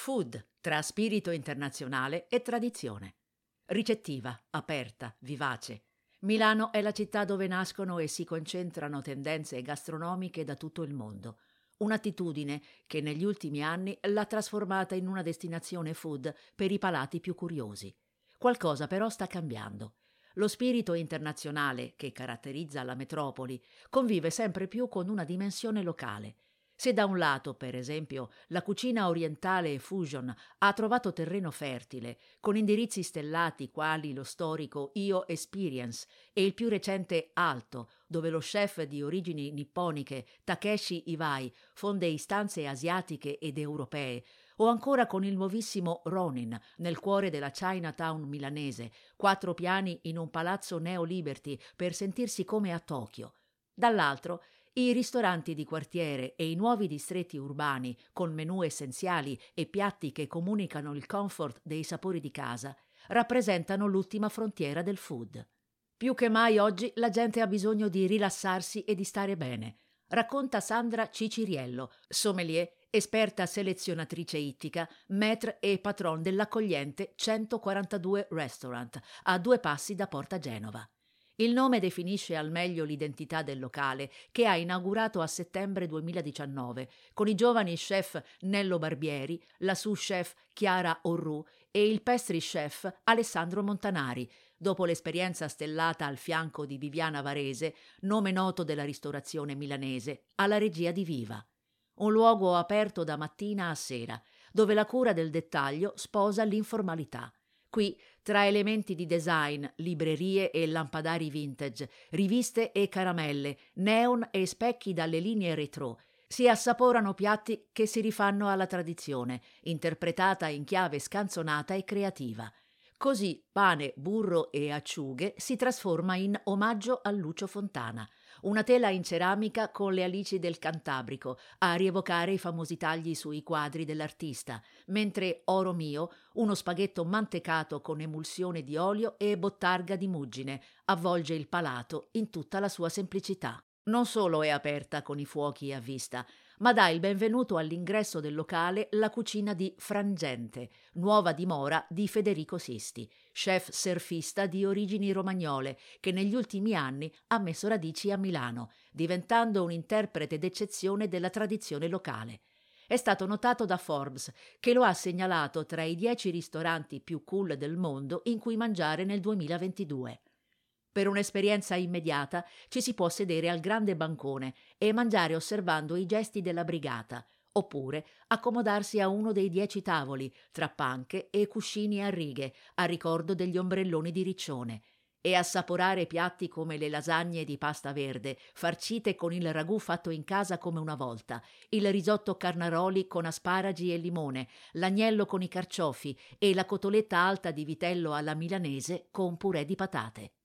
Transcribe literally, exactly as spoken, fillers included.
Food, tra spirito internazionale e tradizione. Ricettiva, aperta, vivace. Milano è la città dove nascono e si concentrano tendenze gastronomiche da tutto il mondo. Un'attitudine che negli ultimi anni l'ha trasformata in una destinazione food per i palati più curiosi. Qualcosa però sta cambiando. Lo spirito internazionale che caratterizza la metropoli convive sempre più con una dimensione locale. Se da un lato, per esempio, la cucina orientale e fusion ha trovato terreno fertile, con indirizzi stellati quali lo storico Io Experience e il più recente Alto, dove lo chef di origini nipponiche Takeshi Iwai fonde istanze asiatiche ed europee, o ancora con il nuovissimo Ronin, nel cuore della Chinatown milanese, quattro piani in un palazzo neo-liberty per sentirsi come a Tokyo. Dall'altro, i ristoranti di quartiere e i nuovi distretti urbani, con menù essenziali e piatti che comunicano il comfort dei sapori di casa, rappresentano l'ultima frontiera del food. Più che mai oggi la gente ha bisogno di rilassarsi e di stare bene, racconta Sandra Ciciriello, sommelier, esperta selezionatrice ittica, maître e patron dell'accogliente centoquarantadue Restaurant, a due passi da Porta Genova. Il nome definisce al meglio l'identità del locale, che ha inaugurato a settembre duemiladiciannove, con i giovani chef Nello Barbieri, la sous chef Chiara Orru e il pastry chef Alessandro Montanari, dopo l'esperienza stellata al fianco di Viviana Varese, nome noto della ristorazione milanese, alla regia di Viva. Un luogo aperto da mattina a sera, dove la cura del dettaglio sposa l'informalità. Qui, tra elementi di design, librerie e lampadari vintage, riviste e caramelle, neon e specchi dalle linee retro, si assaporano piatti che si rifanno alla tradizione, interpretata in chiave scanzonata e creativa. Così pane, burro e acciughe si trasforma in omaggio a Lucio Fontana, una tela in ceramica con le alici del Cantabrico a rievocare i famosi tagli sui quadri dell'artista, mentre Oro Mio, uno spaghetto mantecato con emulsione di olio e bottarga di muggine, avvolge il palato in tutta la sua semplicità. Non solo è aperta con i fuochi a vista, ma dà il benvenuto all'ingresso del locale la cucina di Frangente, nuova dimora di Federico Sisti, chef surfista di origini romagnole, che negli ultimi anni ha messo radici a Milano, diventando un interprete d'eccezione della tradizione locale. È stato notato da Forbes, che lo ha segnalato tra i dieci ristoranti più cool del mondo in cui mangiare nel duemilaventidue. Per un'esperienza immediata ci si può sedere al grande bancone e mangiare osservando i gesti della brigata, oppure accomodarsi a uno dei dieci tavoli, tra panche e cuscini a righe, a ricordo degli ombrelloni di Riccione, e assaporare piatti come le lasagne di pasta verde, farcite con il ragù fatto in casa come una volta, il risotto carnaroli con asparagi e limone, l'agnello con i carciofi e la cotoletta alta di vitello alla milanese con purè di patate.